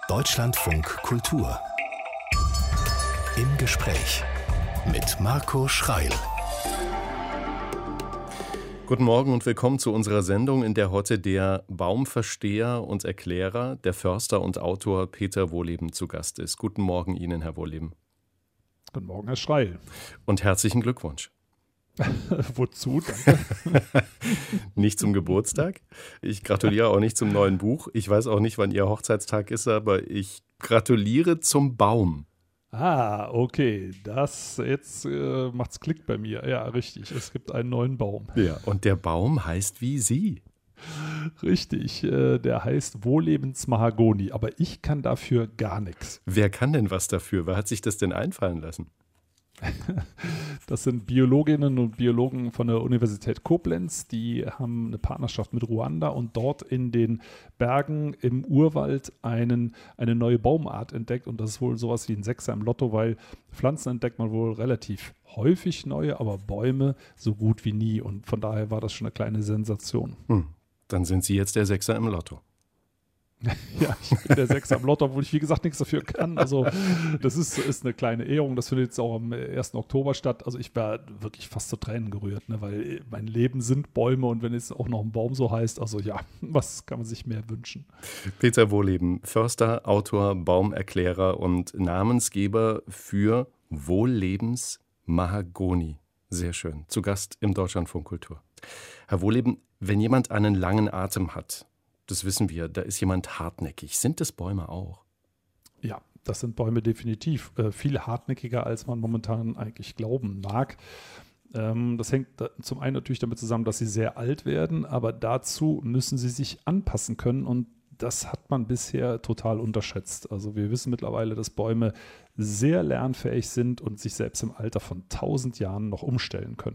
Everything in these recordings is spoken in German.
Deutschlandfunk Kultur. Im Gespräch mit Marco Schreil. Guten Morgen und willkommen zu unserer Sendung, in der heute der Baumversteher und Erklärer, der Förster und Autor Peter Wohleben zu Gast ist. Guten Morgen Ihnen, Herr Wohleben. Guten Morgen, Herr Schreil. Und herzlichen Glückwunsch. Wozu? Danke. Nicht zum Geburtstag. Ich gratuliere auch nicht zum neuen Buch. Ich weiß auch nicht, wann Ihr Hochzeitstag ist, aber ich gratuliere zum Baum. Ah, okay. Jetzt macht's Klick bei mir. Ja, richtig. Es gibt einen neuen Baum. Ja, und der Baum heißt wie Sie. Richtig. Der heißt Wohlebensmahagoni. Aber ich kann dafür gar nichts. Wer kann denn was dafür? Wer hat sich das denn einfallen lassen? Das sind Biologinnen und Biologen von der Universität Koblenz, die haben eine Partnerschaft mit Ruanda und dort in den Bergen im Urwald eine neue Baumart entdeckt, und das ist wohl sowas wie ein Sechser im Lotto, weil Pflanzen entdeckt man wohl relativ häufig neue, aber Bäume so gut wie nie, und von daher war das schon eine kleine Sensation. Dann sind Sie jetzt der Sechser im Lotto. Ja, ich bin der Sechser am Lotto, obwohl ich, wie gesagt, nichts dafür kann. Also das ist eine kleine Ehrung. Das findet jetzt auch am 1. Oktober statt. Also ich war wirklich fast zu Tränen gerührt, ne? Weil mein Leben sind Bäume, und wenn es auch noch ein Baum so heißt, also ja, was kann man sich mehr wünschen? Peter Wohleben, Förster, Autor, Baumerklärer und Namensgeber für Wohlebensmahagoni. Sehr schön. Zu Gast im Deutschlandfunk Kultur. Herr Wohleben, wenn jemand einen langen Atem hat, das wissen wir, da ist jemand hartnäckig. Sind das Bäume auch? Ja, das sind Bäume definitiv. Viel hartnäckiger, als man momentan eigentlich glauben mag. Das hängt zum einen natürlich damit zusammen, dass sie sehr alt werden, aber dazu müssen sie sich anpassen können, und das hat man bisher total unterschätzt. Also wir wissen mittlerweile, dass Bäume sehr lernfähig sind und sich selbst im Alter von 1000 Jahren noch umstellen können.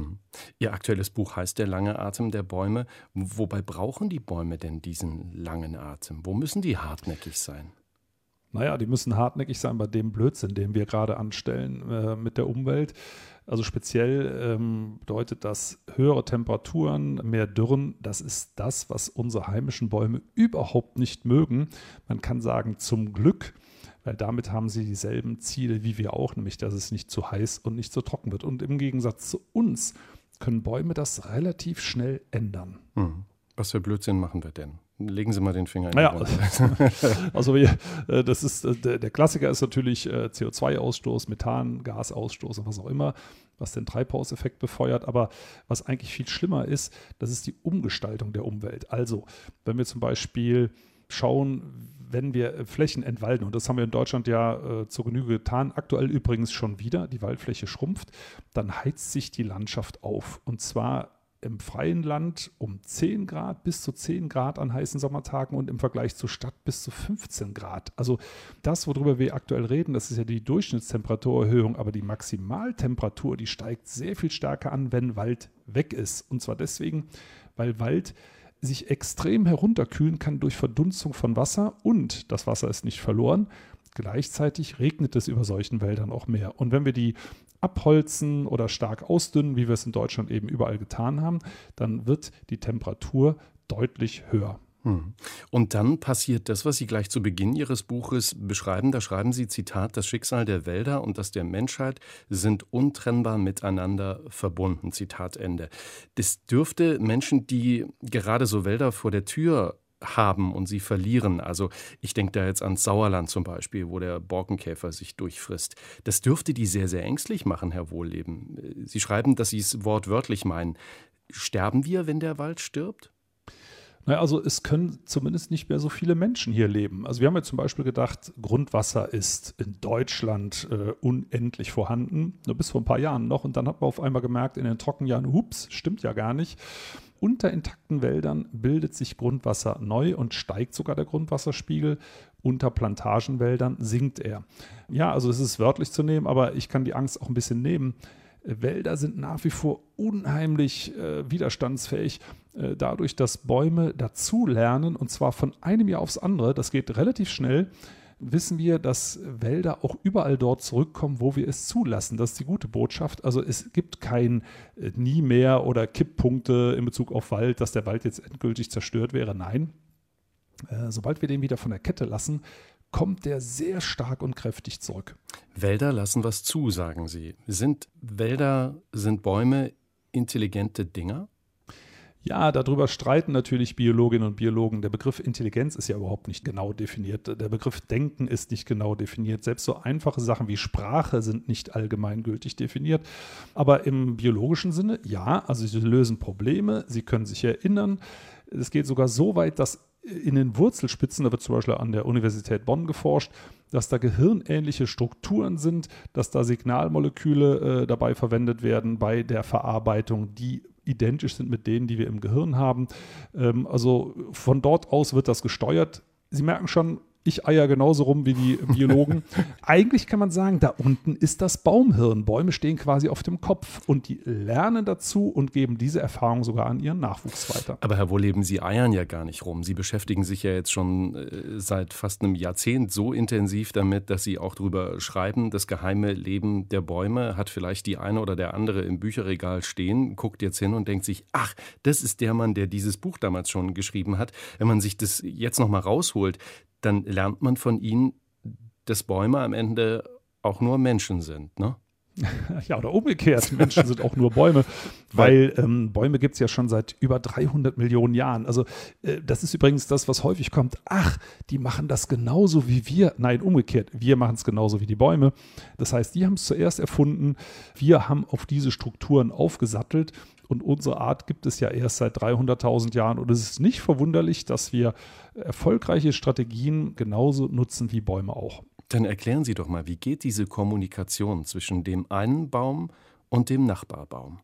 Ihr aktuelles Buch heißt Der lange Atem der Bäume. Wobei brauchen die Bäume denn diesen langen Atem? Wo müssen die hartnäckig sein? Naja, die müssen hartnäckig sein bei dem Blödsinn, den wir gerade anstellen mit der Umwelt. Also speziell bedeutet das höhere Temperaturen, mehr Dürren. Das ist das, was unsere heimischen Bäume überhaupt nicht mögen. Man kann sagen, zum Glück, weil damit haben sie dieselben Ziele wie wir auch, nämlich dass es nicht zu heiß und nicht zu trocken wird. Und im Gegensatz zu uns können Bäume das relativ schnell ändern. Was für Blödsinn machen wir denn? Legen Sie mal den Finger in die Naja, Wunde. also das ist der Klassiker ist natürlich CO2-Ausstoß, Methangasausstoß und was auch immer, was den Treibhauseffekt befeuert. Aber was eigentlich viel schlimmer ist, das ist die Umgestaltung der Umwelt. Also wenn wir zum Beispiel schauen, wenn wir Flächen entwalden, und das haben wir in Deutschland ja zur Genüge getan, aktuell übrigens schon wieder, die Waldfläche schrumpft, dann heizt sich die Landschaft auf. Und zwar im freien Land um 10 Grad bis zu 10 Grad an heißen Sommertagen und im Vergleich zur Stadt bis zu 15 Grad. Also das, worüber wir aktuell reden, das ist ja die Durchschnittstemperaturerhöhung, aber die Maximaltemperatur, die steigt sehr viel stärker an, wenn Wald weg ist. Und zwar deswegen, weil Wald sich extrem herunterkühlen kann durch Verdunstung von Wasser, und das Wasser ist nicht verloren. Gleichzeitig regnet es über solchen Wäldern auch mehr. Und wenn wir die abholzen oder stark ausdünnen, wie wir es in Deutschland eben überall getan haben, dann wird die Temperatur deutlich höher. Und dann passiert das, was Sie gleich zu Beginn Ihres Buches beschreiben. Da schreiben Sie, Zitat, das Schicksal der Wälder und das der Menschheit sind untrennbar miteinander verbunden. Zitat Ende. Das dürfte Menschen, die gerade so Wälder vor der Tür haben und sie verlieren, also ich denke da jetzt ans Sauerland zum Beispiel, wo der Borkenkäfer sich durchfrisst, das dürfte die sehr, sehr ängstlich machen, Herr Wohleben. Sie schreiben, dass Sie es wortwörtlich meinen. Sterben wir, wenn der Wald stirbt? Naja, also es können zumindest nicht mehr so viele Menschen hier leben. Also wir haben ja zum Beispiel gedacht, Grundwasser ist in Deutschland unendlich vorhanden, nur bis vor ein paar Jahren noch. Und dann hat man auf einmal gemerkt, in den Trockenjahren, hups, stimmt ja gar nicht. Unter intakten Wäldern bildet sich Grundwasser neu und steigt sogar der Grundwasserspiegel. Unter Plantagenwäldern sinkt er. Ja, also es ist wörtlich zu nehmen, aber ich kann die Angst auch ein bisschen nehmen. Wälder sind nach wie vor unheimlich widerstandsfähig, dadurch, dass Bäume dazulernen, und zwar von einem Jahr aufs andere. Das geht relativ schnell. Wissen wir, dass Wälder auch überall dort zurückkommen, wo wir es zulassen. Das ist die gute Botschaft. Also es gibt kein nie mehr oder Kipppunkte in Bezug auf Wald, dass der Wald jetzt endgültig zerstört wäre. Nein, sobald wir den wieder von der Kette lassen, kommt der sehr stark und kräftig zurück. Wälder lassen was zu, sagen Sie. Sind Bäume intelligente Dinger? Ja, darüber streiten natürlich Biologinnen und Biologen. Der Begriff Intelligenz ist ja überhaupt nicht genau definiert. Der Begriff Denken ist nicht genau definiert. Selbst so einfache Sachen wie Sprache sind nicht allgemeingültig definiert. Aber im biologischen Sinne, ja, also sie lösen Probleme, sie können sich erinnern. Es geht sogar so weit, dass in den Wurzelspitzen, da wird zum Beispiel an der Universität Bonn geforscht, dass da gehirnähnliche Strukturen sind, dass da Signalmoleküle dabei verwendet werden bei der Verarbeitung, die identisch sind mit denen, die wir im Gehirn haben. Also von dort aus wird das gesteuert. Sie merken schon, ich eier genauso rum wie die Biologen. Eigentlich kann man sagen, da unten ist das Baumhirn. Bäume stehen quasi auf dem Kopf und die lernen dazu und geben diese Erfahrung sogar an ihren Nachwuchs weiter. Aber Herr Wohleben, Sie eiern ja gar nicht rum. Sie beschäftigen sich ja jetzt schon seit fast einem Jahrzehnt so intensiv damit, dass Sie auch drüber schreiben, das geheime Leben der Bäume hat vielleicht die eine oder der andere im Bücherregal stehen, guckt jetzt hin und denkt sich, ach, das ist der Mann, der dieses Buch damals schon geschrieben hat. Wenn man sich das jetzt nochmal rausholt, dann lernt man von ihnen, dass Bäume am Ende auch nur Menschen sind, ne? Ja, oder umgekehrt. Menschen sind auch nur Bäume, weil Bäume gibt es ja schon seit über 300 Millionen Jahren. Also das ist übrigens das, was häufig kommt. Ach, die machen das genauso wie wir. Nein, umgekehrt. Wir machen es genauso wie die Bäume. Das heißt, die haben es zuerst erfunden. Wir haben auf diese Strukturen aufgesattelt. Und unsere Art gibt es ja erst seit 300.000 Jahren. Und es ist nicht verwunderlich, dass wir erfolgreiche Strategien genauso nutzen wie Bäume auch. Dann erklären Sie doch mal, wie geht diese Kommunikation zwischen dem einen Baum und dem Nachbarbaum?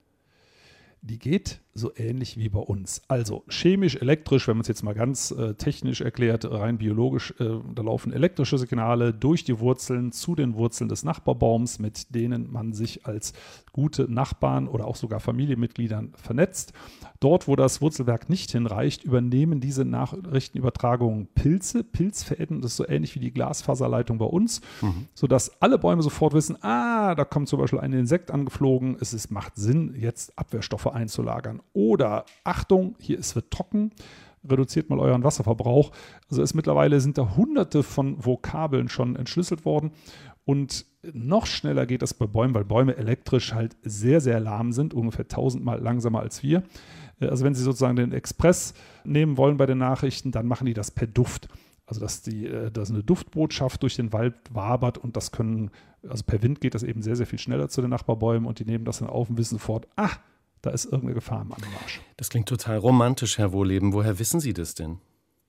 Die geht so ähnlich wie bei uns. Also chemisch, elektrisch, wenn man es jetzt mal ganz technisch erklärt, rein biologisch, da laufen elektrische Signale durch die Wurzeln zu den Wurzeln des Nachbarbaums, mit denen man sich als gute Nachbarn oder auch sogar Familienmitgliedern vernetzt. Dort, wo das Wurzelwerk nicht hinreicht, übernehmen diese Nachrichtenübertragungen Pilzfäden, das ist so ähnlich wie die Glasfaserleitung bei uns, sodass alle Bäume sofort wissen, da kommt zum Beispiel ein Insekt angeflogen, macht Sinn, jetzt Abwehrstoffe einzulagern. Oder Achtung, es wird trocken, reduziert mal euren Wasserverbrauch. Also mittlerweile sind da hunderte von Vokabeln schon entschlüsselt worden und noch schneller geht das bei Bäumen, weil Bäume elektrisch halt sehr, sehr lahm sind, ungefähr 1000-mal langsamer als wir. Also wenn Sie sozusagen den Express nehmen wollen bei den Nachrichten, dann machen die das per Duft. Also dass eine Duftbotschaft durch den Wald wabert und also per Wind geht das eben sehr, sehr viel schneller zu den Nachbarbäumen und die nehmen das dann auf und wissen sofort, da ist irgendeine Gefahr im Anmarsch. Das klingt total romantisch, Herr Wohleben. Woher wissen Sie das denn?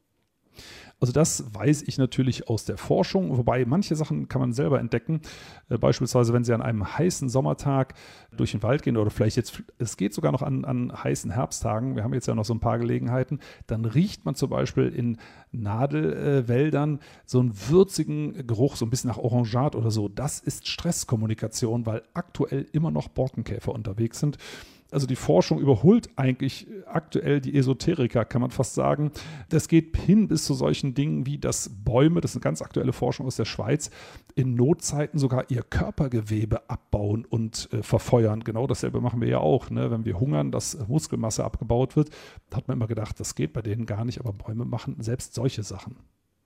Also das weiß ich natürlich aus der Forschung, wobei manche Sachen kann man selber entdecken. Beispielsweise, wenn Sie an einem heißen Sommertag durch den Wald gehen oder vielleicht es geht sogar noch an heißen Herbsttagen, wir haben jetzt ja noch so ein paar Gelegenheiten, dann riecht man zum Beispiel in Nadelwäldern so einen würzigen Geruch, so ein bisschen nach Orangat oder so. Das ist Stresskommunikation, weil aktuell immer noch Borkenkäfer unterwegs sind. Also die Forschung überholt eigentlich aktuell die Esoteriker, kann man fast sagen. Das geht hin bis zu solchen Dingen wie, dass Bäume, das ist eine ganz aktuelle Forschung aus der Schweiz, in Notzeiten sogar ihr Körpergewebe abbauen und verfeuern. Genau dasselbe machen wir ja auch, ne? Wenn wir hungern, dass Muskelmasse abgebaut wird. Da hat man immer gedacht, das geht bei denen gar nicht, aber Bäume machen selbst solche Sachen.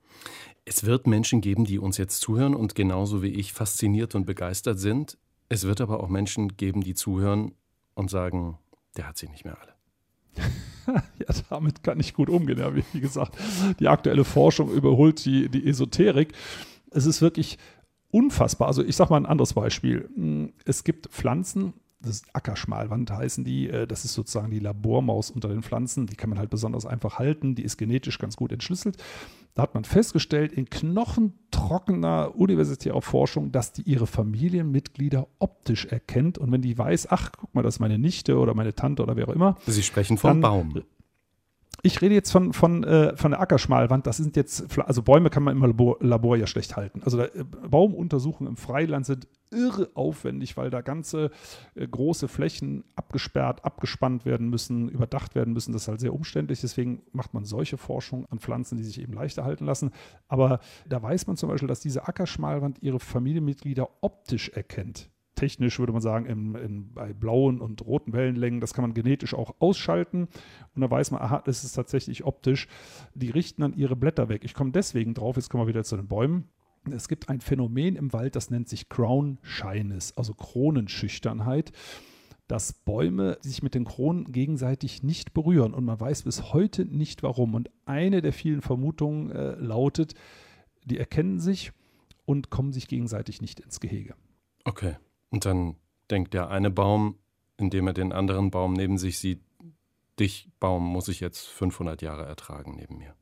Es wird Menschen geben, die uns jetzt zuhören und genauso wie ich fasziniert und begeistert sind. Es wird aber auch Menschen geben, die zuhören und sagen, der hat sie nicht mehr alle. Ja, damit kann ich gut umgehen. Ja, wie gesagt, die aktuelle Forschung überholt die Esoterik. Es ist wirklich unfassbar. Also ich sage mal ein anderes Beispiel. Es gibt Pflanzen, das ist Ackerschmalwand heißen die, das ist sozusagen die Labormaus unter den Pflanzen, die kann man halt besonders einfach halten, die ist genetisch ganz gut entschlüsselt. Da hat man festgestellt, in knochentrockener universitärer Forschung, dass die ihre Familienmitglieder optisch erkennt und wenn die weiß, guck mal, das ist meine Nichte oder meine Tante oder wer auch immer. Sie sprechen vom Baum. Ich rede jetzt von der Ackerschmalwand. Das sind jetzt, also Bäume kann man im Labor ja schlecht halten. Also Baumuntersuchungen im Freiland sind irre aufwendig, weil da ganze große Flächen abgesperrt, abgespannt werden müssen, überdacht werden müssen. Das ist halt sehr umständlich. Deswegen macht man solche Forschung an Pflanzen, die sich eben leichter halten lassen. Aber da weiß man zum Beispiel, dass diese Ackerschmalwand ihre Familienmitglieder optisch erkennt. technisch würde man sagen, bei blauen und roten Wellenlängen, das kann man genetisch auch ausschalten und dann weiß man, aha, das ist tatsächlich optisch. Die richten dann ihre Blätter weg. Ich komme deswegen drauf, jetzt kommen wir wieder zu den Bäumen. Es gibt ein Phänomen im Wald, das nennt sich Crown Shyness, also Kronenschüchternheit, dass Bäume sich mit den Kronen gegenseitig nicht berühren und man weiß bis heute nicht warum. Und eine der vielen Vermutungen lautet, die erkennen sich und kommen sich gegenseitig nicht ins Gehege. Okay, und dann denkt der eine Baum, indem er den anderen Baum neben sich sieht, dich, Baum, muss ich jetzt 500 Jahre ertragen neben mir.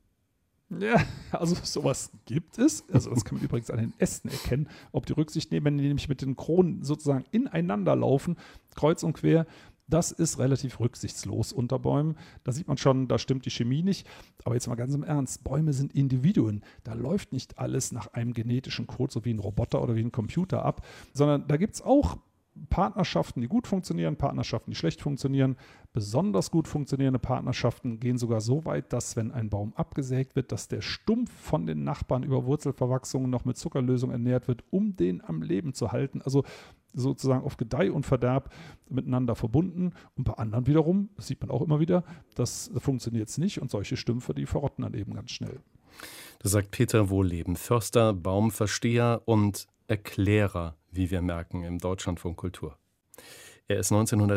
Ja, also sowas gibt es. Also das kann man übrigens an den Ästen erkennen, ob die Rücksicht nehmen, wenn die nämlich mit den Kronen sozusagen ineinander laufen, kreuz und quer. Das ist relativ rücksichtslos unter Bäumen. Da sieht man schon, da stimmt die Chemie nicht. Aber jetzt mal ganz im Ernst, Bäume sind Individuen. Da läuft nicht alles nach einem genetischen Code, so wie ein Roboter oder wie ein Computer ab, sondern da gibt es auch Partnerschaften, die gut funktionieren, Partnerschaften, die schlecht funktionieren. Besonders gut funktionierende Partnerschaften gehen sogar so weit, dass, wenn ein Baum abgesägt wird, dass der Stumpf von den Nachbarn über Wurzelverwachsungen noch mit Zuckerlösung ernährt wird, um den am Leben zu halten. Also sozusagen auf Gedeih und Verderb miteinander verbunden. Und bei anderen wiederum, das sieht man auch immer wieder, das funktioniert jetzt nicht und solche Stümpfe, die verrotten dann eben ganz schnell. Das sagt Peter Wohlleben, Förster, Baumversteher und Erklärer, wie wir merken, im Deutschlandfunk Kultur. Er ist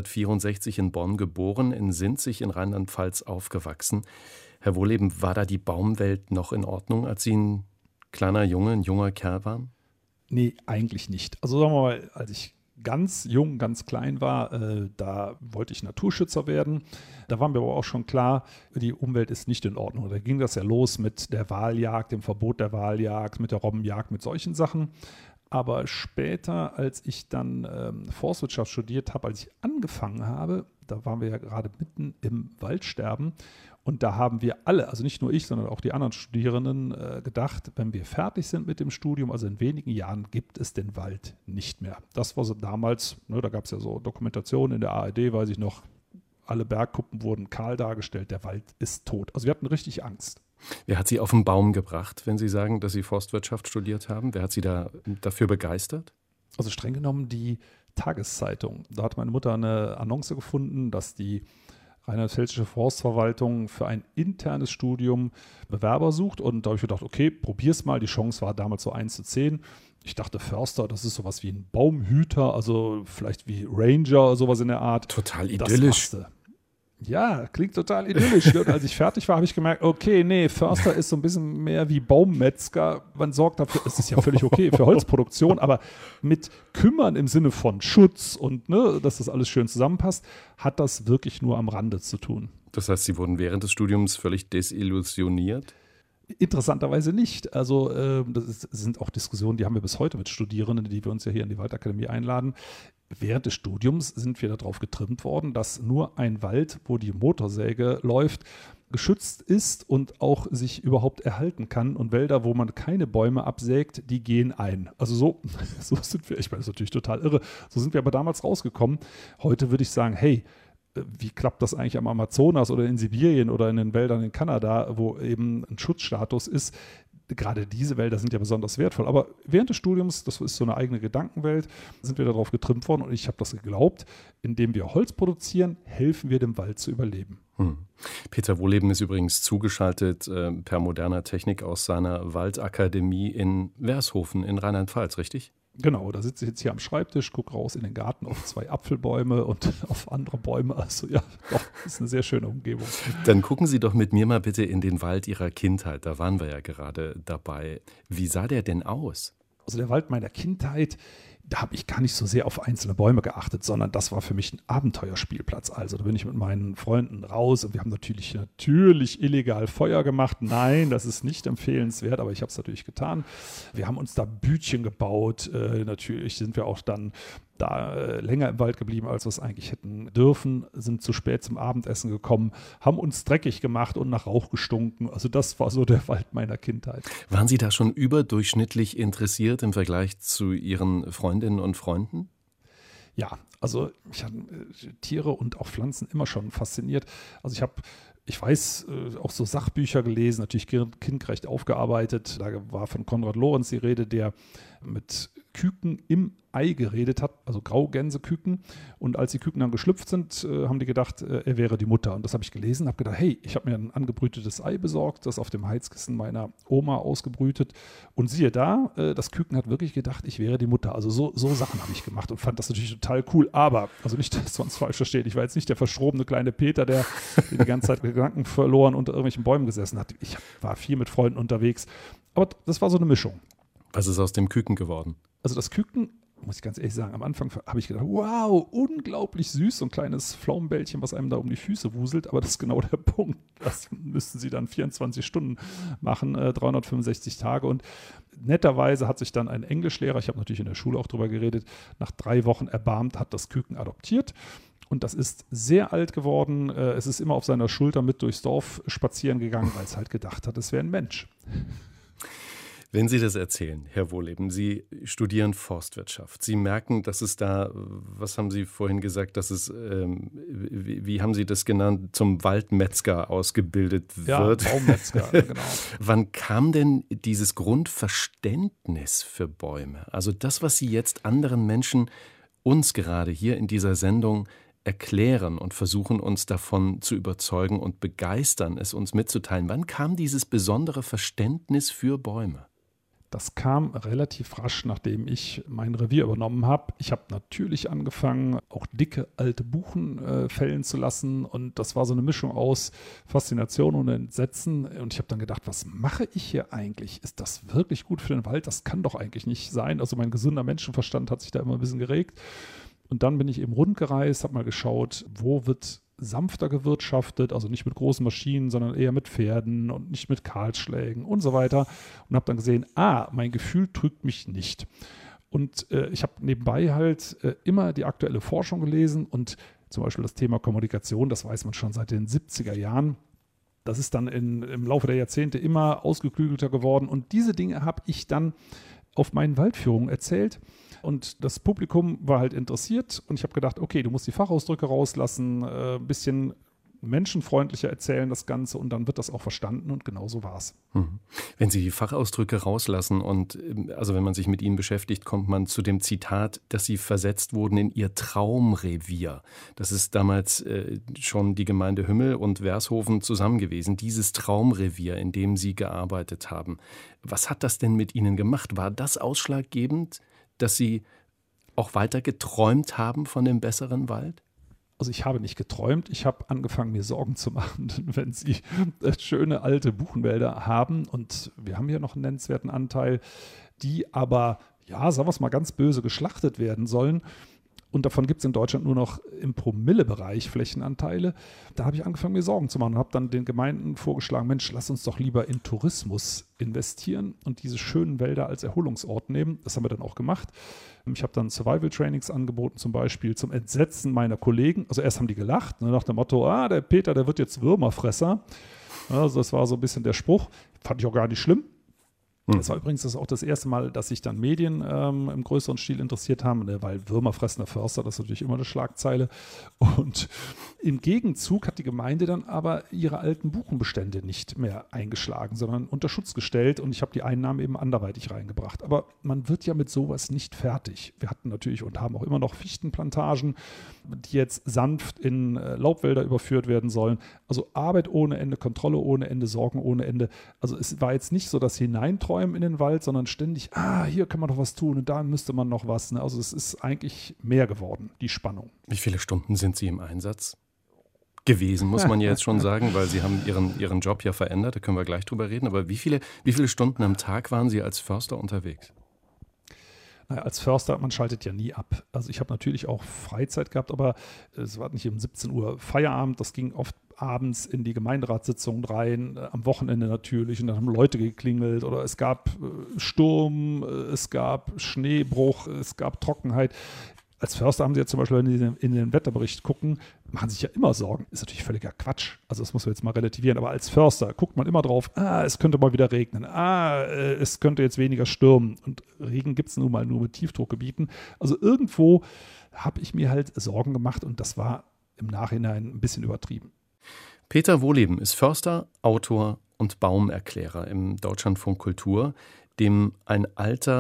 1964 in Bonn geboren, in Sinzig in Rheinland-Pfalz aufgewachsen. Herr Wohlleben, war da die Baumwelt noch in Ordnung, als Sie ein kleiner Junge, ein junger Kerl waren? Nee, eigentlich nicht. Also sagen wir mal, als ich ganz jung, ganz klein war, da wollte ich Naturschützer werden. Da war mir aber auch schon klar, die Umwelt ist nicht in Ordnung. Da ging das ja los mit der Waljagd, dem Verbot der Waljagd, mit der Robbenjagd, mit solchen Sachen. Aber später, als ich dann Forstwirtschaft studiert habe, als ich angefangen habe, da waren wir ja gerade mitten im Waldsterben und da haben wir alle, also nicht nur ich, sondern auch die anderen Studierenden gedacht, wenn wir fertig sind mit dem Studium, also in wenigen Jahren, gibt es den Wald nicht mehr. Das war so damals, ne, da gab es ja so Dokumentationen in der ARD, weiß ich noch, alle Bergkuppen wurden kahl dargestellt, der Wald ist tot. Also wir hatten richtig Angst. Wer hat Sie auf den Baum gebracht, wenn Sie sagen, dass Sie Forstwirtschaft studiert haben? Wer hat Sie dafür begeistert? Also streng genommen die Tageszeitung. Da hat meine Mutter eine Annonce gefunden, dass die Rheinland-Pfälzische Forstverwaltung für ein internes Studium Bewerber sucht. Und da habe ich gedacht, okay, probier's mal. Die Chance war damals so 1:10. Ich dachte, Förster, das ist sowas wie ein Baumhüter, also vielleicht wie Ranger, sowas in der Art. Total idyllisch. Ja, klingt total idyllisch. Und als ich fertig war, habe ich gemerkt, okay, nee, Förster ist so ein bisschen mehr wie Baummetzger. Man sorgt dafür, es ist ja völlig okay für Holzproduktion, aber mit Kümmern im Sinne von Schutz und ne, dass das alles schön zusammenpasst, hat das wirklich nur am Rande zu tun. Das heißt, Sie wurden während des Studiums völlig desillusioniert? Interessanterweise nicht. Also das sind auch Diskussionen, die haben wir bis heute mit Studierenden, die wir uns ja hier in die Waldakademie einladen. Während des Studiums sind wir darauf getrimmt worden, dass nur ein Wald, wo die Motorsäge läuft, geschützt ist und auch sich überhaupt erhalten kann. Und Wälder, wo man keine Bäume absägt, die gehen ein. Also so sind wir, ich meine, das ist natürlich total irre, so sind wir aber damals rausgekommen. Heute würde ich sagen, hey, wie klappt das eigentlich am Amazonas oder in Sibirien oder in den Wäldern in Kanada, wo eben ein Schutzstatus ist? Gerade diese Wälder sind ja besonders wertvoll. Aber während des Studiums, das ist so eine eigene Gedankenwelt, sind wir darauf getrimmt worden und ich habe das geglaubt, indem wir Holz produzieren, helfen wir dem Wald zu überleben. Peter Wohlleben ist übrigens zugeschaltet per moderner Technik aus seiner Waldakademie in Wershofen in Rheinland-Pfalz, richtig? Genau, da sitze ich jetzt hier am Schreibtisch, gucke raus in den Garten auf 2 Apfelbäume und auf andere Bäume. Also ja, doch, ist eine sehr schöne Umgebung. Dann gucken Sie doch mit mir mal bitte in den Wald Ihrer Kindheit. Da waren wir ja gerade dabei. Wie sah der denn aus? Also der Wald meiner Kindheit, da habe ich gar nicht so sehr auf einzelne Bäume geachtet, sondern das war für mich ein Abenteuerspielplatz. Also da bin ich mit meinen Freunden raus und wir haben natürlich illegal Feuer gemacht. Nein, das ist nicht empfehlenswert, aber ich habe es natürlich getan. Wir haben uns da Bütchen gebaut. Natürlich sind wir auch dann da länger im Wald geblieben, als wir es eigentlich hätten dürfen, sind zu spät zum Abendessen gekommen, haben uns dreckig gemacht und nach Rauch gestunken. Also das war so der Wald meiner Kindheit. Waren Sie da schon überdurchschnittlich interessiert im Vergleich zu Ihren Freundinnen und Freunden? Ja, also mich haben Tiere und auch Pflanzen immer schon fasziniert. Also ich weiß, auch so Sachbücher gelesen, natürlich kindgerecht aufgearbeitet. Da war von Konrad Lorenz die Rede, der mit Küken im Ei geredet hat, also Graugänseküken. Und als die Küken dann geschlüpft sind, haben die gedacht, er wäre die Mutter. Und das habe ich gelesen, habe gedacht, hey, ich habe mir ein angebrütetes Ei besorgt, das auf dem Heizkissen meiner Oma ausgebrütet. Und siehe da, das Küken hat wirklich gedacht, ich wäre die Mutter. Also so Sachen habe ich gemacht und fand das natürlich total cool. Aber, also nicht, dass man es falsch versteht, ich war jetzt nicht der verschrobene kleine Peter, der die ganze Zeit Gedanken verloren unter irgendwelchen Bäumen gesessen hat. Ich war viel mit Freunden unterwegs. Aber das war so eine Mischung. Was ist aus dem Küken geworden? Also das Küken, muss ich ganz ehrlich sagen, am Anfang habe ich gedacht, wow, unglaublich süß, so ein kleines Pflaumenbällchen, was einem da um die Füße wuselt, aber das ist genau der Punkt. Das müssten sie dann 24 Stunden machen, 365 Tage. Und netterweise hat sich dann ein Englischlehrer, ich habe natürlich in der Schule auch drüber geredet, nach 3 Wochen erbarmt, hat das Küken adoptiert. Und das ist sehr alt geworden. Es ist immer auf seiner Schulter mit durchs Dorf spazieren gegangen, weil es halt gedacht hat, es wäre ein Mensch. Wenn Sie das erzählen, Herr Wohleben, Sie studieren Forstwirtschaft. Sie merken, dass es da, was haben Sie vorhin gesagt, dass es, wie haben Sie das genannt, zum Waldmetzger ausgebildet wird? Ja, Baummetzger, genau. Wann kam denn dieses Grundverständnis für Bäume? Also das, was Sie jetzt anderen Menschen, uns gerade hier in dieser Sendung erklären und versuchen, uns davon zu überzeugen und begeistern, es uns mitzuteilen. Wann kam dieses besondere Verständnis für Bäume? Das kam relativ rasch, nachdem ich mein Revier übernommen habe. Ich habe natürlich angefangen, auch dicke alte Buchen fällen zu lassen. Und das war so eine Mischung aus Faszination und Entsetzen. Und ich habe dann gedacht, was mache ich hier eigentlich? Ist das wirklich gut für den Wald? Das kann doch eigentlich nicht sein. Also mein gesunder Menschenverstand hat sich da immer ein bisschen geregt. Und dann bin ich eben rundgereist, habe mal geschaut, wo wird sanfter gewirtschaftet, also nicht mit großen Maschinen, sondern eher mit Pferden und nicht mit Kahlschlägen und so weiter. Und habe dann gesehen, mein Gefühl trügt mich nicht. Und ich habe nebenbei halt immer die aktuelle Forschung gelesen und zum Beispiel das Thema Kommunikation, das weiß man schon seit den 70er Jahren. Das ist dann im Laufe der Jahrzehnte immer ausgeklügelter geworden. Und diese Dinge habe ich dann auf meinen Waldführungen erzählt. Und das Publikum war halt interessiert und ich habe gedacht, okay, du musst die Fachausdrücke rauslassen, ein bisschen menschenfreundlicher erzählen das Ganze und dann wird das auch verstanden und genau so war es. Wenn Sie die Fachausdrücke rauslassen und also wenn man sich mit ihnen beschäftigt, kommt man zu dem Zitat, dass Sie versetzt wurden in Ihr Traumrevier. Das ist damals schon die Gemeinde Hümmel und Wershofen zusammen gewesen, dieses Traumrevier, in dem Sie gearbeitet haben. Was hat das denn mit Ihnen gemacht? War das ausschlaggebend, dass Sie auch weiter geträumt haben von dem besseren Wald? Also ich habe nicht geträumt, ich habe angefangen, mir Sorgen zu machen, wenn Sie schöne alte Buchenwälder haben und wir haben hier noch einen nennenswerten Anteil, die aber, ja, sagen wir es mal ganz böse, geschlachtet werden sollen. Und davon gibt es in Deutschland nur noch im Promillebereich Flächenanteile. Da habe ich angefangen, mir Sorgen zu machen und habe dann den Gemeinden vorgeschlagen, Mensch, lass uns doch lieber in Tourismus investieren und diese schönen Wälder als Erholungsort nehmen. Das haben wir dann auch gemacht. Ich habe dann Survival-Trainings angeboten, zum Beispiel zum Entsetzen meiner Kollegen. Also erst haben die gelacht, nach dem Motto, der Peter, der wird jetzt Würmerfresser. Also das war so ein bisschen der Spruch. Fand ich auch gar nicht schlimm. Das war übrigens auch das erste Mal, dass sich dann Medien im größeren Stil interessiert haben, weil Würmerfressender Förster, das ist natürlich immer eine Schlagzeile. Und im Gegenzug hat die Gemeinde dann aber ihre alten Buchenbestände nicht mehr eingeschlagen, sondern unter Schutz gestellt und ich habe die Einnahmen eben anderweitig reingebracht. Aber man wird ja mit sowas nicht fertig. Wir hatten natürlich und haben auch immer noch Fichtenplantagen, die jetzt sanft in Laubwälder überführt werden sollen. Also Arbeit ohne Ende, Kontrolle ohne Ende, Sorgen ohne Ende. Also es war jetzt nicht so das Hineinträumen in den Wald, sondern ständig, hier kann man doch was tun und da müsste man noch was. Also es ist eigentlich mehr geworden, die Spannung. Wie viele Stunden sind Sie im Einsatz gewesen, muss man ja jetzt schon sagen, weil Sie haben Ihren Job ja verändert, da können wir gleich drüber reden. Aber wie viele Stunden am Tag waren Sie als Förster unterwegs? Als Förster, man schaltet ja nie ab. Also ich habe natürlich auch Freizeit gehabt, aber es war nicht um 17 Uhr Feierabend, das ging oft abends in die Gemeinderatssitzung rein, am Wochenende natürlich und dann haben Leute geklingelt oder es gab Sturm, es gab Schneebruch, es gab Trockenheit. Als Förster haben Sie ja zum Beispiel, wenn Sie in den Wetterbericht gucken, machen sich ja immer Sorgen. Ist natürlich völliger Quatsch. Also das muss man jetzt mal relativieren. Aber als Förster guckt man immer drauf, es könnte mal wieder regnen. Es könnte jetzt weniger stürmen. Und Regen gibt es nun mal nur mit Tiefdruckgebieten. Also irgendwo habe ich mir halt Sorgen gemacht und das war im Nachhinein ein bisschen übertrieben. Peter Wohleben ist Förster, Autor und Baumerklärer im Deutschlandfunk Kultur, dem ein alter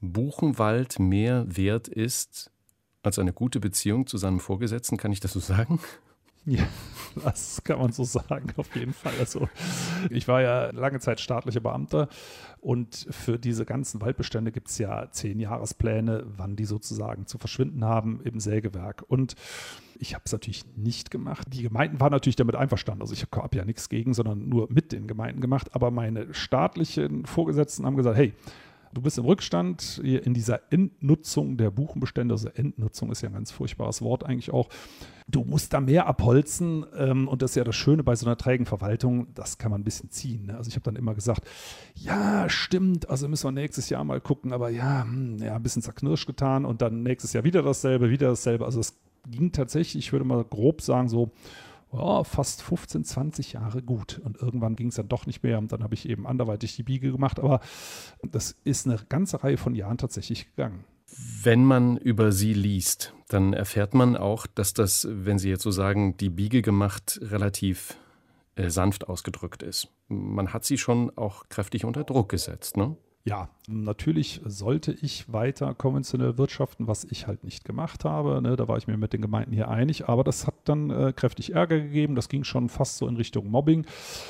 Buchenwald mehr wert ist als eine gute Beziehung zu seinem Vorgesetzten? Kann ich das so sagen? Ja, das kann man so sagen, auf jeden Fall. Also ich war ja lange Zeit staatlicher Beamter und für diese ganzen Waldbestände gibt es ja 10-Jahrespläne, wann die sozusagen zu verschwinden haben im Sägewerk. Und ich habe es natürlich nicht gemacht. Die Gemeinden waren natürlich damit einverstanden. Also ich habe ja nichts gegen, sondern nur mit den Gemeinden gemacht. Aber meine staatlichen Vorgesetzten haben gesagt, hey, du bist im Rückstand in dieser Entnutzung der Buchenbestände. Also Entnutzung ist ja ein ganz furchtbares Wort eigentlich auch. Du musst da mehr abholzen und das ist ja das Schöne bei so einer trägen Verwaltung, das kann man ein bisschen ziehen. Ne? Also ich habe dann immer gesagt, ja, stimmt, also müssen wir nächstes Jahr mal gucken, aber ein bisschen zerknirscht getan und dann nächstes Jahr wieder dasselbe. Also es ging tatsächlich, ich würde mal grob sagen, so fast 15, 20 Jahre gut. Und irgendwann ging es dann doch nicht mehr und dann habe ich eben anderweitig die Biege gemacht, aber das ist eine ganze Reihe von Jahren tatsächlich gegangen. Wenn man über sie liest, dann erfährt man auch, dass das, wenn Sie jetzt so sagen, die Biege gemacht, relativ sanft ausgedrückt ist. Man hat sie schon auch kräftig unter Druck gesetzt, ne? Ja, natürlich sollte ich weiter konventionell wirtschaften, was ich halt nicht gemacht habe. Ne, da war ich mir mit den Gemeinden hier einig, aber das hat dann kräftig Ärger gegeben. Das ging schon fast so in Richtung Mobbing.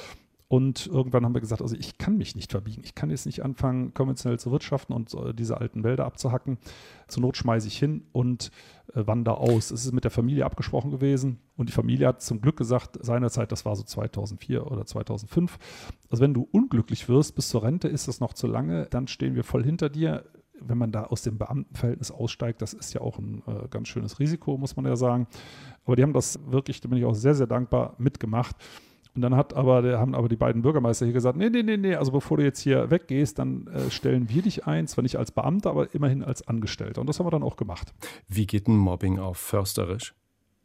Und irgendwann haben wir gesagt, also ich kann mich nicht verbiegen. Ich kann jetzt nicht anfangen, konventionell zu wirtschaften und diese alten Wälder abzuhacken. Zur Not schmeiße ich hin und wandere aus. Es ist mit der Familie abgesprochen gewesen. Und die Familie hat zum Glück gesagt, seinerzeit, das war so 2004 oder 2005, also wenn du unglücklich wirst bis zur Rente, ist das noch zu lange, dann stehen wir voll hinter dir. Wenn man da aus dem Beamtenverhältnis aussteigt, das ist ja auch ein ganz schönes Risiko, muss man ja sagen. Aber die haben das wirklich, da bin ich auch sehr, sehr dankbar, mitgemacht. Und dann haben aber die beiden Bürgermeister hier gesagt, nee, also bevor du jetzt hier weggehst, dann stellen wir dich ein, zwar nicht als Beamter, aber immerhin als Angestellter. Und das haben wir dann auch gemacht. Wie geht ein Mobbing auf Försterisch?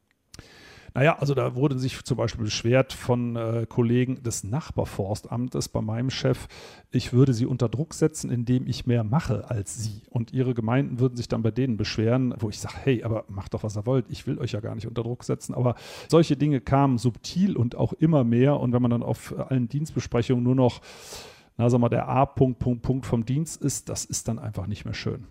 Naja, also da wurde sich zum Beispiel beschwert von Kollegen des Nachbarforstamtes bei meinem Chef, ich würde sie unter Druck setzen, indem ich mehr mache als sie. Und ihre Gemeinden würden sich dann bei denen beschweren, wo ich sage, hey, aber macht doch, was ihr wollt. Ich will euch ja gar nicht unter Druck setzen. Aber solche Dinge kamen subtil und auch immer mehr. Und wenn man dann auf allen Dienstbesprechungen nur noch, der A-Punkt vom Dienst ist, das ist dann einfach nicht mehr schön.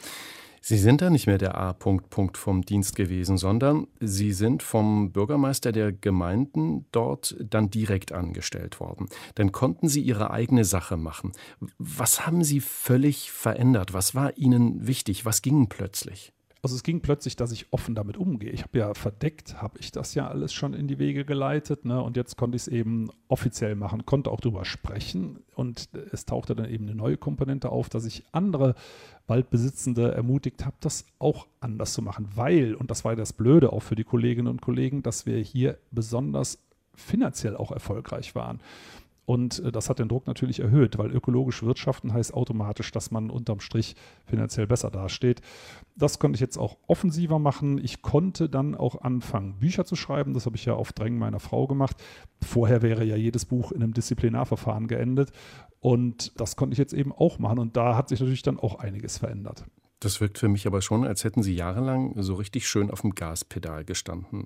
Sie sind da nicht mehr der A-Punkt vom Dienst gewesen, sondern Sie sind vom Bürgermeister der Gemeinden dort dann direkt angestellt worden. Dann konnten Sie Ihre eigene Sache machen. Was haben Sie völlig verändert? Was war Ihnen wichtig? Was ging plötzlich? Also es ging plötzlich, dass ich offen damit umgehe. Ich habe ja verdeckt, habe ich das ja alles schon in die Wege geleitet, ne? Und jetzt konnte ich es eben offiziell machen, konnte auch drüber sprechen und es tauchte dann eben eine neue Komponente auf, dass ich andere Waldbesitzende ermutigt habe, das auch anders zu machen, weil, und das war ja das Blöde auch für die Kolleginnen und Kollegen, dass wir hier besonders finanziell auch erfolgreich waren. Und das hat den Druck natürlich erhöht, weil ökologisch wirtschaften heißt automatisch, dass man unterm Strich finanziell besser dasteht. Das konnte ich jetzt auch offensiver machen. Ich konnte dann auch anfangen, Bücher zu schreiben. Das habe ich ja auf Drängen meiner Frau gemacht. Vorher wäre ja jedes Buch in einem Disziplinarverfahren geendet. Und das konnte ich jetzt eben auch machen. Und da hat sich natürlich dann auch einiges verändert. Das wirkt für mich aber schon, als hätten Sie jahrelang so richtig schön auf dem Gaspedal gestanden.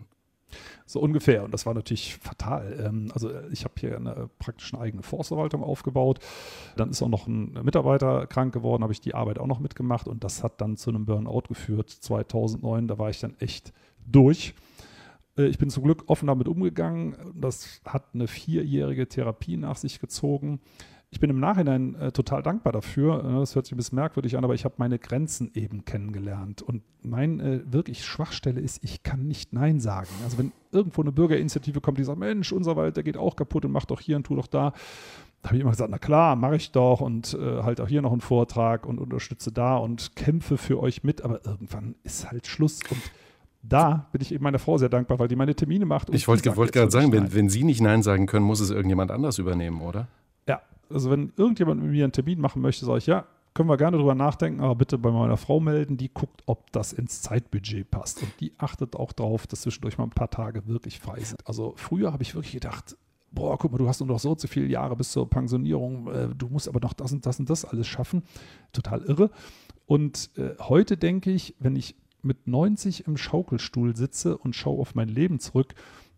So ungefähr. Und das war natürlich fatal. Also ich habe hier praktisch eine eigene Forstverwaltung aufgebaut. Dann ist auch noch ein Mitarbeiter krank geworden, habe ich die Arbeit auch noch mitgemacht. Und das hat dann zu einem Burnout geführt 2009. Da war ich dann echt durch. Ich bin zum Glück offen damit umgegangen. Das hat eine 4-jährige Therapie nach sich gezogen. Ich bin im Nachhinein total dankbar dafür. Das hört sich ein bisschen merkwürdig an, aber ich habe meine Grenzen eben kennengelernt. Und meine wirklich Schwachstelle ist, ich kann nicht Nein sagen. Also wenn irgendwo eine Bürgerinitiative kommt, die sagt, Mensch, unser Wald, der geht auch kaputt und mach doch hier und tu doch da. Da habe ich immer gesagt, na klar, mache ich doch und halt auch hier noch einen Vortrag und unterstütze da und kämpfe für euch mit. Aber irgendwann ist halt Schluss und da bin ich eben meiner Frau sehr dankbar, weil die meine Termine macht. Ich wollte gerade sagen, wenn Sie nicht Nein sagen können, muss es irgendjemand anders übernehmen, oder? Ja. Also wenn irgendjemand mit mir einen Termin machen möchte, sage ich, ja, können wir gerne drüber nachdenken, aber bitte bei meiner Frau melden, die guckt, ob das ins Zeitbudget passt. Und die achtet auch drauf, dass zwischendurch mal ein paar Tage wirklich frei sind. Also früher habe ich wirklich gedacht, boah, guck mal, du hast nur noch so viele Jahre bis zur Pensionierung, du musst aber noch das und das und das alles schaffen. Total irre. Und heute denke ich, wenn ich mit 90 im Schaukelstuhl sitze und schaue auf mein Leben zurück,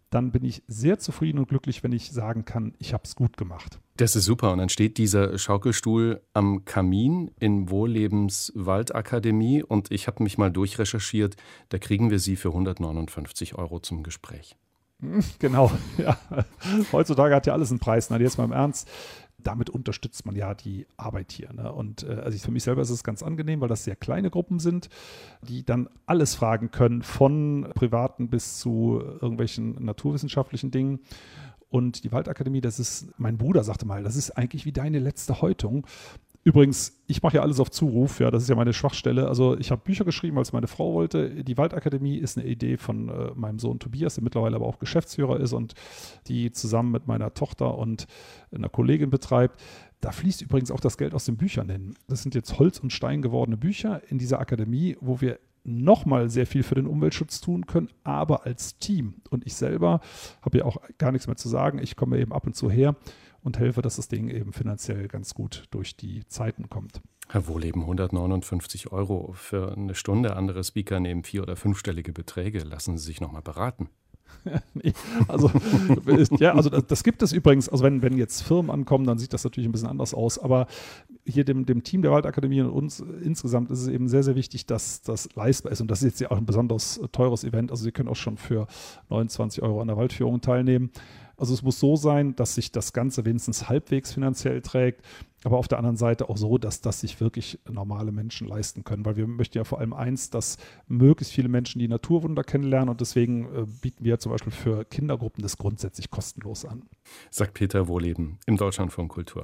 dann bin ich sehr zufrieden und glücklich, wenn ich sagen kann, ich habe es gut gemacht. Das ist super. Und dann steht dieser Schaukelstuhl am Kamin in Wohllebens Waldakademie und ich habe mich mal durchrecherchiert, da kriegen wir Sie für 159 € zum Gespräch. Genau, ja. Heutzutage hat ja alles einen Preis. Na, jetzt mal im Ernst. Damit unterstützt man ja die Arbeit hier. Ne? Und also für mich selber ist es ganz angenehm, weil das sehr kleine Gruppen sind, die dann alles fragen können, von privaten bis zu irgendwelchen naturwissenschaftlichen Dingen. Und die Waldakademie, das ist, mein Bruder sagte mal, das ist eigentlich wie deine letzte Häutung. Übrigens, ich mache ja alles auf Zuruf, ja, das ist ja meine Schwachstelle. Also ich habe Bücher geschrieben, als meine Frau wollte. Die Waldakademie ist eine Idee von meinem Sohn Tobias, der mittlerweile aber auch Geschäftsführer ist und die zusammen mit meiner Tochter und einer Kollegin betreibt. Da fließt übrigens auch das Geld aus den Büchern hin. Das sind jetzt Holz und Stein gewordene Bücher in dieser Akademie, wo wir nochmal sehr viel für den Umweltschutz tun können, aber als Team. Und ich selber habe ja auch gar nichts mehr zu sagen. Ich komme eben ab und zu her und helfe, dass das Ding eben finanziell ganz gut durch die Zeiten kommt. Herr Wohleben, 159 € für eine Stunde. Andere Speaker nehmen 4- oder 5-stellige Beträge. Lassen Sie sich nochmal beraten. Nee, also, ja, also das gibt es übrigens. Also wenn jetzt Firmen ankommen, dann sieht das natürlich ein bisschen anders aus. Aber hier dem Team der Waldakademie und uns insgesamt ist es eben sehr, sehr wichtig, dass das leistbar ist. Und das ist jetzt ja auch ein besonders teures Event. Also Sie können auch schon für 29 € an der Waldführung teilnehmen. Also es muss so sein, dass sich das Ganze wenigstens halbwegs finanziell trägt, aber auf der anderen Seite auch so, dass das sich wirklich normale Menschen leisten können, weil wir möchten ja vor allem eins, dass möglichst viele Menschen die Naturwunder kennenlernen und deswegen bieten wir zum Beispiel für Kindergruppen das grundsätzlich kostenlos an. Sagt Peter Wohleben im Deutschlandfunk Kultur.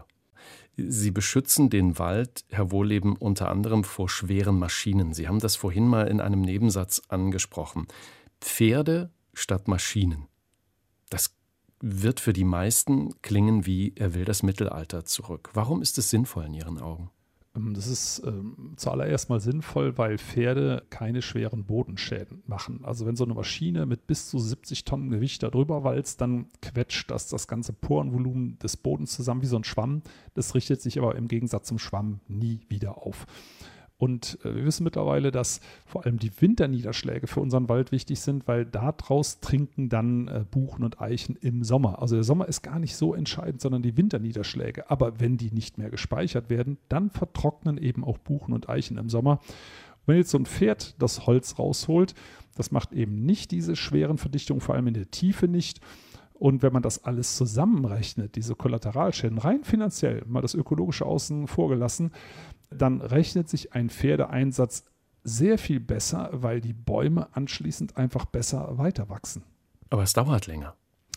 Sie beschützen den Wald, Herr Wohleben, unter anderem vor schweren Maschinen. Sie haben das vorhin mal in einem Nebensatz angesprochen. Pferde statt Maschinen. Das wird für die meisten klingen wie, er will das Mittelalter zurück. Warum ist es sinnvoll in Ihren Augen? Das ist zuallererst mal sinnvoll, weil Pferde keine schweren Bodenschäden machen. Also wenn so eine Maschine mit bis zu 70 Tonnen Gewicht da drüber walzt, dann quetscht das ganze Porenvolumen des Bodens zusammen wie so ein Schwamm. Das richtet sich aber im Gegensatz zum Schwamm nie wieder auf. Und wir wissen mittlerweile, dass vor allem die Winterniederschläge für unseren Wald wichtig sind, weil daraus trinken dann Buchen und Eichen im Sommer. Also der Sommer ist gar nicht so entscheidend, sondern die Winterniederschläge. Aber wenn die nicht mehr gespeichert werden, dann vertrocknen eben auch Buchen und Eichen im Sommer. Und wenn jetzt so ein Pferd das Holz rausholt, das macht eben nicht diese schweren Verdichtungen, vor allem in der Tiefe nicht. Und wenn man das alles zusammenrechnet, diese Kollateralschäden, rein finanziell, mal das Ökologische außen vor gelassen, dann rechnet sich ein Pferdeeinsatz sehr viel besser, weil die Bäume anschließend einfach besser weiter wachsen. Aber es dauert länger.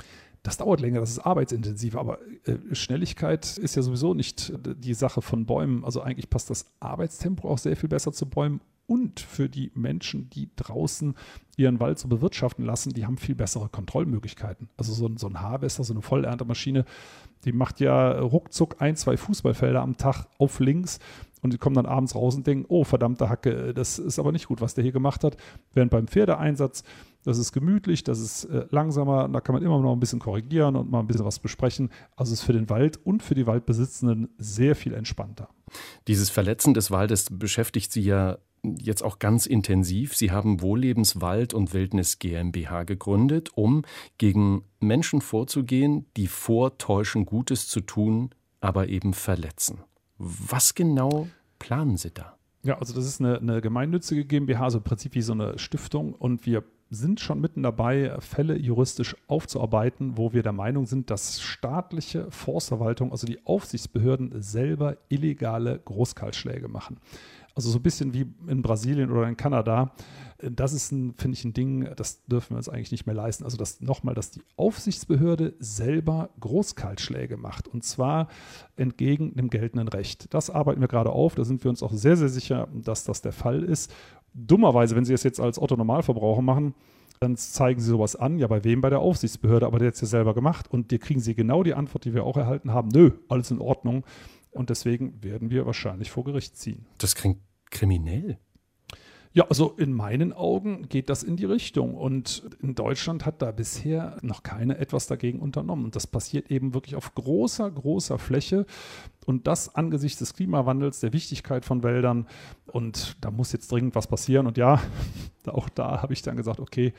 Das dauert länger, das ist arbeitsintensiv, aber Schnelligkeit ist ja sowieso nicht die Sache von Bäumen. Also eigentlich passt das Arbeitstempo auch sehr viel besser zu Bäumen. Und für die Menschen, die draußen ihren Wald so bewirtschaften lassen, die haben viel bessere Kontrollmöglichkeiten. Also so ein Harvester, so eine Vollerntemaschine, die macht ja ruckzuck 1, 2 Fußballfelder am Tag auf links und die kommen dann abends raus und denken, oh verdammte Hacke, das ist aber nicht gut, was der hier gemacht hat. Während beim Pferdeeinsatz, das ist gemütlich, das ist langsamer, da kann man immer noch ein bisschen korrigieren und mal ein bisschen was besprechen. Also es ist für den Wald und für die Waldbesitzenden sehr viel entspannter. Dieses Verletzen des Waldes beschäftigt Sie ja jetzt auch ganz intensiv. Sie haben Wohllebens Wald und Wildnis GmbH gegründet, um gegen Menschen vorzugehen, die vortäuschen, Gutes zu tun, aber eben verletzen. Was genau planen Sie da? Ja, also das ist eine gemeinnützige GmbH, also im Prinzip wie so eine Stiftung und wir sind schon mitten dabei, Fälle juristisch aufzuarbeiten, wo wir der Meinung sind, dass staatliche Forstverwaltung, also die Aufsichtsbehörden selber illegale Großkahlschläge machen. Also so ein bisschen wie in Brasilien oder in Kanada. Das ist, finde ich, ein Ding, das dürfen wir uns eigentlich nicht mehr leisten. Also dass die Aufsichtsbehörde selber Großkahlschläge macht und zwar entgegen dem geltenden Recht. Das arbeiten wir gerade auf, da sind wir uns auch sehr, sehr sicher, dass das der Fall ist. Dummerweise, wenn Sie es jetzt als Otto-Normalverbraucher machen, dann zeigen Sie sowas an, ja bei wem? Bei der Aufsichtsbehörde, aber der hat es ja selber gemacht und dir kriegen Sie genau die Antwort, die wir auch erhalten haben, nö, alles in Ordnung und deswegen werden wir wahrscheinlich vor Gericht ziehen. Das klingt kriminell. Ja, also in meinen Augen geht das in die Richtung und in Deutschland hat da bisher noch keiner etwas dagegen unternommen und das passiert eben wirklich auf großer, großer Fläche und das angesichts des Klimawandels, der Wichtigkeit von Wäldern und da muss jetzt dringend was passieren und ja, auch da habe ich dann gesagt, okay,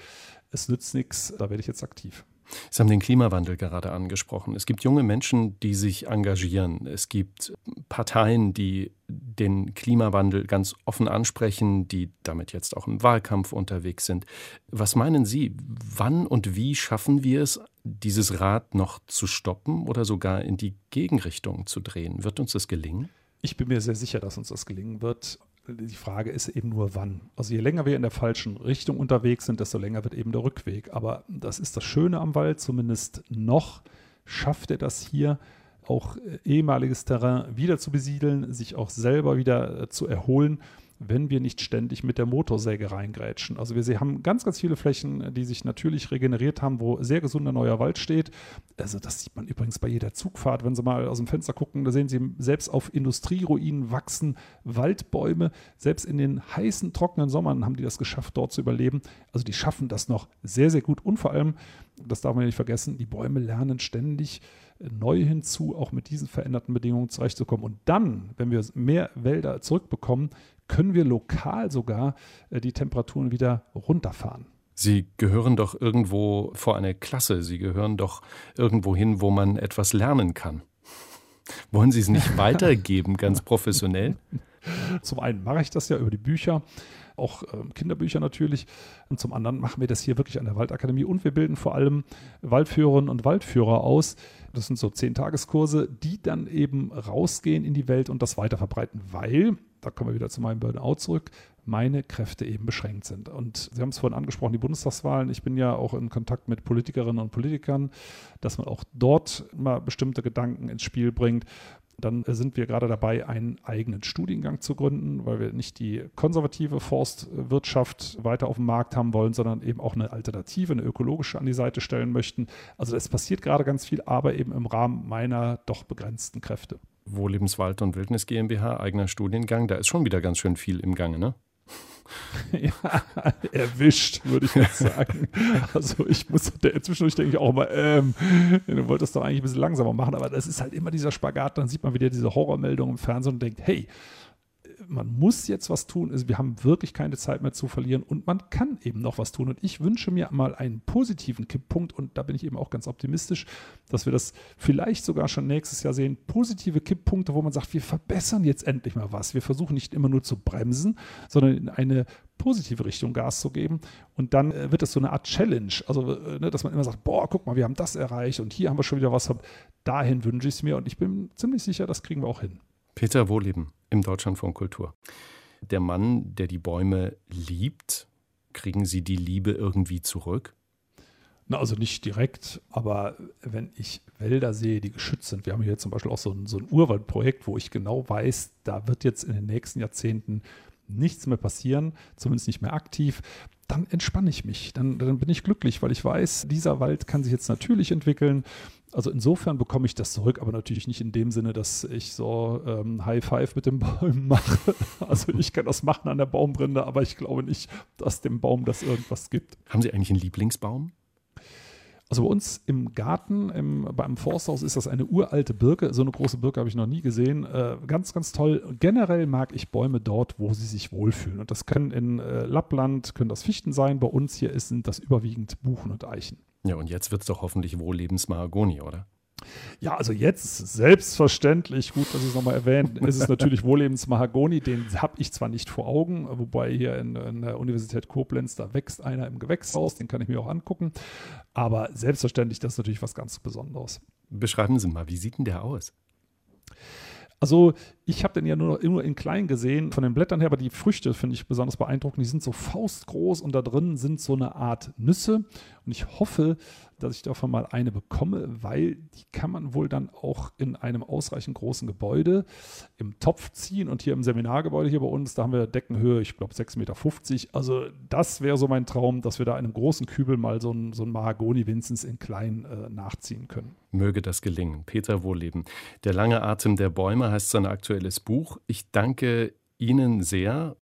es nützt nichts, da werde ich jetzt aktiv. Sie haben den Klimawandel gerade angesprochen. Es gibt junge Menschen, die sich engagieren. Es gibt Parteien, die den Klimawandel ganz offen ansprechen, die damit jetzt auch im Wahlkampf unterwegs sind. Was meinen Sie, wann und wie schaffen wir es, dieses Rad noch zu stoppen oder sogar in die Gegenrichtung zu drehen? Wird uns das gelingen? Ich bin mir sehr sicher, dass uns das gelingen wird. Die Frage ist eben nur, wann. Also je länger wir in der falschen Richtung unterwegs sind, desto länger wird eben der Rückweg. Aber das ist das Schöne am Wald, zumindest noch schafft er das hier, auch ehemaliges Terrain wieder zu besiedeln, sich auch selber wieder zu erholen, wenn wir nicht ständig mit der Motorsäge reingrätschen. Also wir haben ganz, ganz viele Flächen, die sich natürlich regeneriert haben, wo sehr gesunder neuer Wald steht. Also das sieht man übrigens bei jeder Zugfahrt. Wenn Sie mal aus dem Fenster gucken, da sehen Sie, selbst auf Industrieruinen wachsen Waldbäume. Selbst in den heißen, trockenen Sommern haben die das geschafft, dort zu überleben. Also die schaffen das noch sehr, sehr gut. Und vor allem, das darf man nicht vergessen, die Bäume lernen ständig neu hinzu, auch mit diesen veränderten Bedingungen zurechtzukommen. Und dann, wenn wir mehr Wälder zurückbekommen, können wir lokal sogar die Temperaturen wieder runterfahren. Sie gehören doch irgendwo vor eine Klasse. Sie gehören doch irgendwo hin, wo man etwas lernen kann. Wollen Sie es nicht weitergeben, ganz professionell? Zum einen mache ich das ja über die Bücher, auch Kinderbücher natürlich. Und zum anderen machen wir das hier wirklich an der Waldakademie. Und wir bilden vor allem Waldführerinnen und Waldführer aus. Das sind so 10-Tageskurse, die dann eben rausgehen in die Welt und das weiterverbreiten, weil, da kommen wir wieder zu meinem Burnout zurück, meine Kräfte eben beschränkt sind. Und Sie haben es vorhin angesprochen, die Bundestagswahlen. Ich bin ja auch in Kontakt mit Politikerinnen und Politikern, dass man auch dort mal bestimmte Gedanken ins Spiel bringt. Dann sind wir gerade dabei, einen eigenen Studiengang zu gründen, weil wir nicht die konservative Forstwirtschaft weiter auf dem Markt haben wollen, sondern eben auch eine Alternative, eine ökologische an die Seite stellen möchten. Also es passiert gerade ganz viel, aber eben im Rahmen meiner doch begrenzten Kräfte. Wohllebenswald und Wildnis GmbH, eigener Studiengang, da ist schon wieder ganz schön viel im Gange, ne? Ja, erwischt, würde ich jetzt sagen. Also zwischendurch denke ich auch immer, du wolltest doch eigentlich ein bisschen langsamer machen, aber das ist halt immer dieser Spagat, dann sieht man wieder diese Horrormeldung im Fernsehen und denkt, hey, man muss jetzt was tun, also wir haben wirklich keine Zeit mehr zu verlieren und man kann eben noch was tun und ich wünsche mir mal einen positiven Kipppunkt und da bin ich eben auch ganz optimistisch, dass wir das vielleicht sogar schon nächstes Jahr sehen, positive Kipppunkte, wo man sagt, wir verbessern jetzt endlich mal was, wir versuchen nicht immer nur zu bremsen, sondern in eine positive Richtung Gas zu geben und dann wird das so eine Art Challenge, also dass man immer sagt, boah, guck mal, wir haben das erreicht und hier haben wir schon wieder was, dahin wünsche ich es mir und ich bin ziemlich sicher, das kriegen wir auch hin. Peter Wohlleben im Deutschlandfunk Kultur. Der Mann, der die Bäume liebt, kriegen Sie die Liebe irgendwie zurück? Na, also nicht direkt, aber wenn ich Wälder sehe, die geschützt sind, wir haben hier zum Beispiel auch so ein Urwaldprojekt, wo ich genau weiß, da wird jetzt in den nächsten Jahrzehnten nichts mehr passieren, zumindest nicht mehr aktiv, dann entspanne ich mich, dann bin ich glücklich, weil ich weiß, dieser Wald kann sich jetzt natürlich entwickeln. Also insofern bekomme ich das zurück, aber natürlich nicht in dem Sinne, dass ich so High Five mit den Bäumen mache. Also ich kann das machen an der Baumrinde, aber ich glaube nicht, dass dem Baum das irgendwas gibt. Haben Sie eigentlich einen Lieblingsbaum? Also bei uns im Garten, beim Forsthaus ist das eine uralte Birke. So eine große Birke habe ich noch nie gesehen. Ganz, ganz toll. Generell mag ich Bäume dort, wo sie sich wohlfühlen. Und das können in Lappland, können das Fichten sein. Bei uns hier sind das überwiegend Buchen und Eichen. Ja, und jetzt wird es doch hoffentlich Wohllebensmahagoni, oder? Ja, also jetzt selbstverständlich, gut, dass Sie es nochmal erwähnen, ist es natürlich Wohllebensmahagoni, den habe ich zwar nicht vor Augen, wobei hier in der Universität Koblenz, da wächst einer im Gewächshaus, den kann ich mir auch angucken, aber selbstverständlich, das ist natürlich was ganz Besonderes. Beschreiben Sie mal, wie sieht denn der aus? Also ich habe den ja nur in klein gesehen, von den Blättern her, aber die Früchte finde ich besonders beeindruckend. Die sind so faustgroß und da drin sind so eine Art Nüsse. Und ich hoffe, dass ich davon mal eine bekomme, weil die kann man wohl dann auch in einem ausreichend großen Gebäude im Topf ziehen. Und hier im Seminargebäude hier bei uns, da haben wir Deckenhöhe, ich glaube 6,50 Meter. Also das wäre so mein Traum, dass wir da in einem großen Kübel mal so ein Mahagoni wenigstens in klein nachziehen können. Möge das gelingen. Peter Wohlleben. Der lange Atem der Bäume heißt sein aktuelles Buch. Ich danke Ihnen sehr